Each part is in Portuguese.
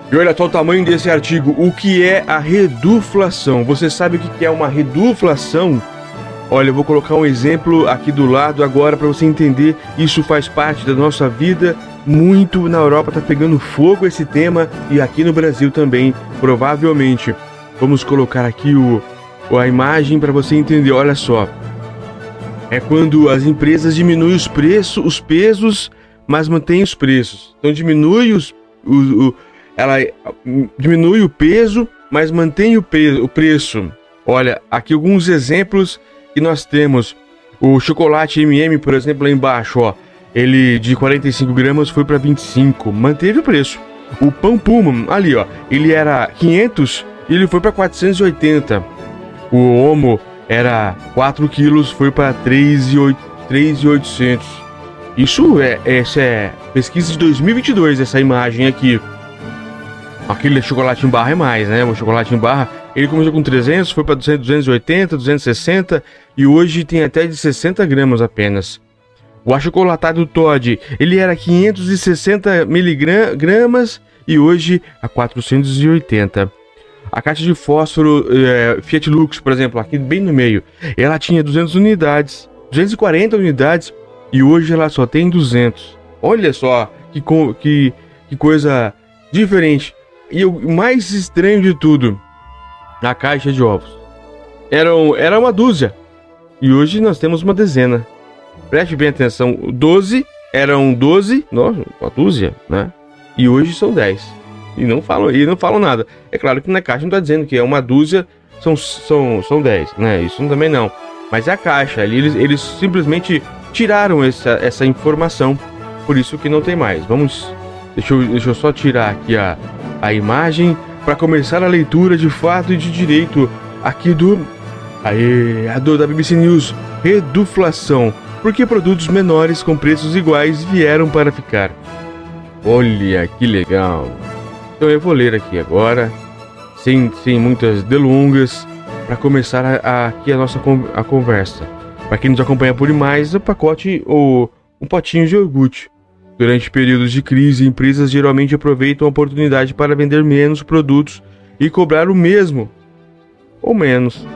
E olha só o tamanho desse artigo. O que é a reduflação? Você sabe o que é uma reduflação? Olha, eu vou colocar um exemplo aqui do lado agora para você entender. Isso faz parte da nossa vida. Muito na Europa tá pegando fogo esse tema e aqui no Brasil também, provavelmente. Vamos colocar aqui a imagem para você entender. Olha só. É quando as empresas diminuem os pesos, mas mantém os preços. Então ela diminui o peso, mas mantém o preço. Olha, aqui alguns exemplos que nós temos. O chocolate M&M, por exemplo, lá embaixo, ó, ele de 45 gramas foi para 25, manteve o preço. O pão Puma, ali, ó, ele era 500 e ele foi para 480. O Omo era 4 quilos, foi para 3.800. Essa é pesquisa de 2022, essa imagem aqui. Aquele chocolate em barra é mais, né? O chocolate em barra, ele começou com 300, foi para 280, 260 e hoje tem até de 60 gramas apenas. O achocolatado Toddy, ele era 560 miligramas e hoje a 480. A caixa de fósforo Fiat Lux, por exemplo, aqui bem no meio, ela tinha 240 unidades e hoje ela só tem 200. Olha só que coisa diferente. E o mais estranho de tudo, a caixa de ovos. Era uma dúzia. E hoje nós temos uma dezena. Preste bem atenção. 12 eram 12, nossa, uma dúzia, né? E hoje são 10. E não falam nada. É claro que na caixa não está dizendo que é uma dúzia, são 10, né? Isso também não. Mas é a caixa. Ali eles simplesmente tiraram essa informação. Por isso que não tem mais. Deixa eu só tirar aqui a imagem para começar a leitura de fato e de direito aqui da BBC News. Reduflação. Porque produtos menores com preços iguais vieram para ficar. Olha que legal. Então eu vou ler aqui agora, sem muitas delongas, para começar aqui a nossa conversa. Para quem nos acompanha por mais, um potinho de iogurte. Durante períodos de crise, empresas geralmente aproveitam a oportunidade para vender menos produtos e cobrar o mesmo ou menos.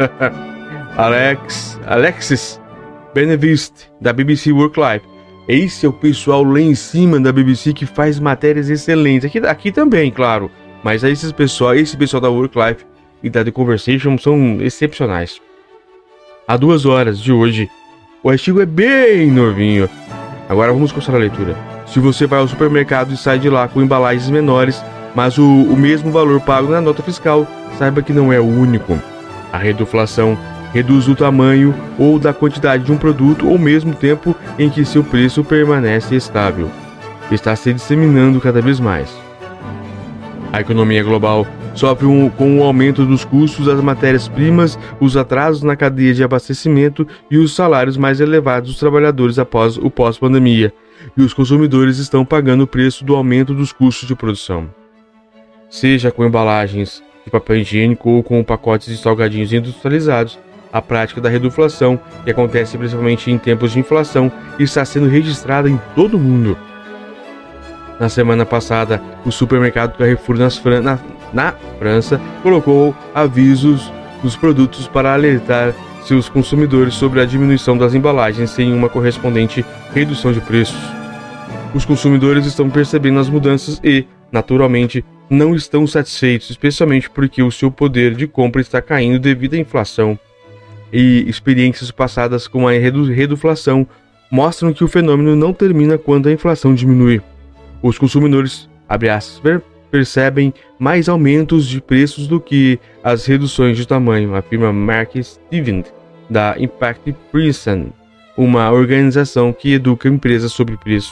Alexis Benevist, da BBC Work Life. Esse é o pessoal lá em cima da BBC que faz matérias excelentes. Aqui também, claro. Mas esse pessoal da Work Life e da The Conversation são excepcionais. Há 2 horas de hoje, o artigo é bem novinho. Agora vamos começar a leitura. Se você vai ao supermercado e sai de lá com embalagens menores, mas o mesmo valor pago na nota fiscal, saiba que não é o único. A reduflação reduz o tamanho ou da quantidade de um produto ao mesmo tempo em que seu preço permanece estável. Está se disseminando cada vez mais. A economia global sofre com o aumento dos custos das matérias-primas, os atrasos na cadeia de abastecimento e os salários mais elevados dos trabalhadores após o pós-pandemia, e os consumidores estão pagando o preço do aumento dos custos de produção. Seja com embalagens de papel higiênico ou com pacotes de salgadinhos industrializados, a prática da reduflação, que acontece principalmente em tempos de inflação, está sendo registrada em todo o mundo. Na semana passada, o supermercado Carrefour na França colocou avisos nos produtos para alertar seus consumidores sobre a diminuição das embalagens sem uma correspondente redução de preços. Os consumidores estão percebendo as mudanças e, naturalmente, não estão satisfeitos, especialmente porque o seu poder de compra está caindo devido à inflação. E experiências passadas com a reduflação mostram que o fenômeno não termina quando a inflação diminui. Os consumidores, abre aspas, percebem mais aumentos de preços do que as reduções de tamanho, afirma Mark Stevens, da Impact Pricing, uma organização que educa empresas sobre preços.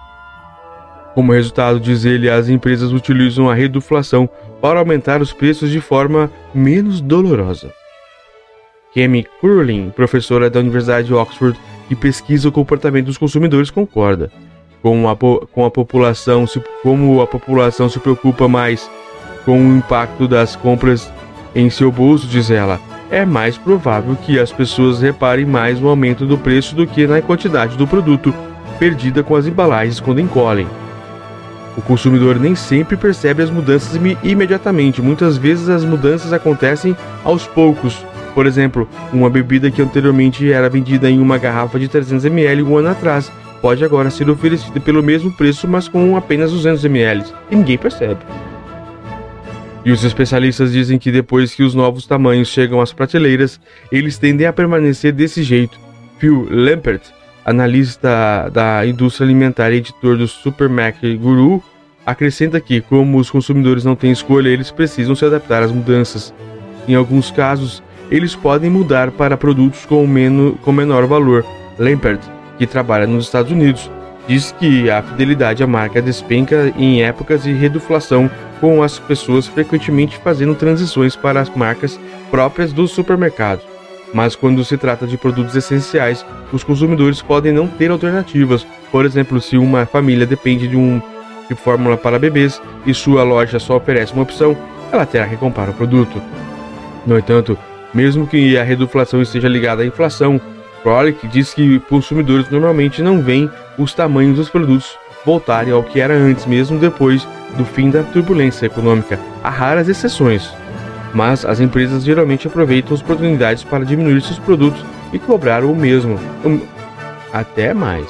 Como resultado, diz ele, as empresas utilizam a reduflação para aumentar os preços de forma menos dolorosa. Kemi Curlin, professora da Universidade de Oxford, que pesquisa o comportamento dos consumidores, concorda. Como a população se preocupa mais com o impacto das compras em seu bolso, diz ela, é mais provável que as pessoas reparem mais no aumento do preço do que na quantidade do produto perdida com as embalagens quando encolhem. O consumidor nem sempre percebe as mudanças imediatamente. Muitas vezes as mudanças acontecem aos poucos. Por exemplo, uma bebida que anteriormente era vendida em uma garrafa de 300 ml um ano atrás, pode agora ser oferecida pelo mesmo preço, mas com apenas 200 ml. E ninguém percebe. E os especialistas dizem que depois que os novos tamanhos chegam às prateleiras, eles tendem a permanecer desse jeito. Phil Lampert, analista da indústria alimentar e editor do Super Mac Guru, acrescenta que, como os consumidores não têm escolha, eles precisam se adaptar às mudanças. Em alguns casos, eles podem mudar para produtos com menor valor. Lampert, que trabalha nos Estados Unidos, diz que a fidelidade à marca despenca em épocas de reduflação, com as pessoas frequentemente fazendo transições para as marcas próprias dos supermercados. Mas quando se trata de produtos essenciais, os consumidores podem não ter alternativas. Por exemplo, se uma família depende de fórmula para bebês e sua loja só oferece uma opção, ela terá que comprar o produto. No entanto, mesmo que a reduflação esteja ligada à inflação, Frolic diz que consumidores normalmente não veem os tamanhos dos produtos voltarem ao que era antes, mesmo depois do fim da turbulência econômica. Há raras exceções, mas as empresas geralmente aproveitam as oportunidades para diminuir seus produtos e cobrar o mesmo, até mais.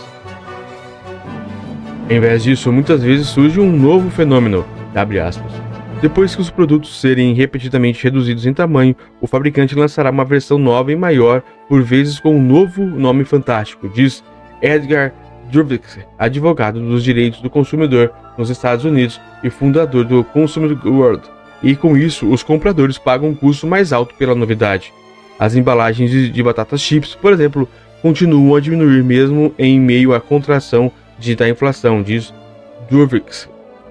Em vez disso, muitas vezes surge um novo fenômeno, abre aspas. Depois que os produtos serem repetidamente reduzidos em tamanho, o fabricante lançará uma versão nova e maior, por vezes com um novo nome fantástico, diz Edgar Dubik, advogado dos direitos do consumidor nos Estados Unidos e fundador do Consumer World. E com isso, os compradores pagam um custo mais alto pela novidade. As embalagens de batatas chips, por exemplo, continuam a diminuir mesmo em meio à contração da inflação, diz Dubik.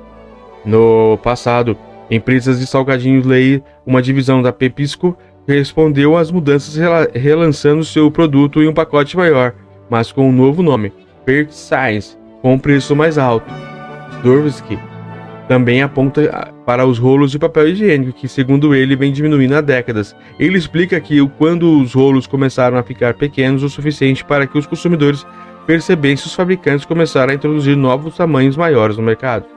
No passado, empresas de salgadinhos Lay, uma divisão da Pepsico, respondeu às mudanças relançando seu produto em um pacote maior, mas com um novo nome, Perfect Size, com um preço mais alto. Dubik também aponta para os rolos de papel higiênico, que segundo ele vem diminuindo há décadas. Ele explica que quando os rolos começaram a ficar pequenos o suficiente para que os consumidores percebessem, os fabricantes começaram a introduzir novos tamanhos maiores no mercado.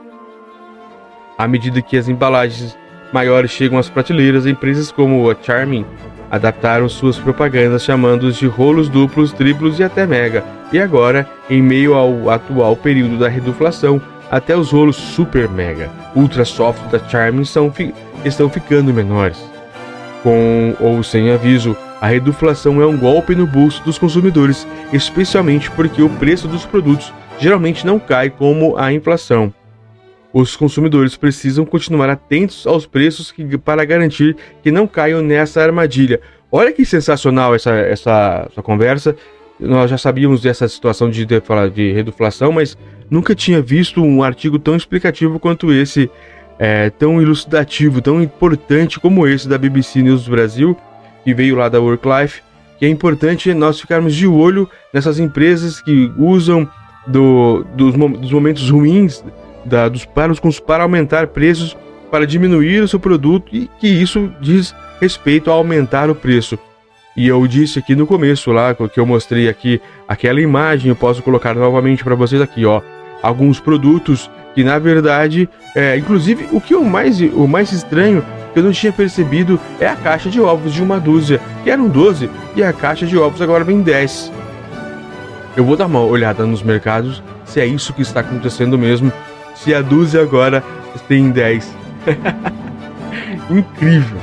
À medida que as embalagens maiores chegam às prateleiras, empresas como a Charmin adaptaram suas propagandas chamando-os de rolos duplos, triplos e até mega. E agora, em meio ao atual período da reduflação, até os rolos super mega, ultra soft da Charmin estão ficando menores. Com ou sem aviso, a reduflação é um golpe no bolso dos consumidores, especialmente porque o preço dos produtos geralmente não cai como a inflação. Os consumidores precisam continuar atentos aos preços para garantir que não caiam nessa armadilha. Olha que sensacional essa conversa. Nós já sabíamos dessa situação de reduflação, mas nunca tinha visto um artigo tão explicativo quanto esse, tão elucidativo, tão importante como esse da BBC News Brasil, que veio lá da Worklife, que é importante nós ficarmos de olho nessas empresas que usam dos momentos ruins para aumentar preços, para diminuir o seu produto, e que isso diz respeito a aumentar o preço. E eu disse aqui no começo, lá que eu mostrei aqui, aquela imagem, eu posso colocar novamente para vocês aqui, ó, alguns produtos que na verdade, inclusive o mais estranho que eu não tinha percebido é a caixa de ovos de uma dúzia, que eram 12, e a caixa de ovos agora vem 10. Eu vou dar uma olhada nos mercados se é isso que está acontecendo mesmo, se a dúzia agora tem 10. Incrível.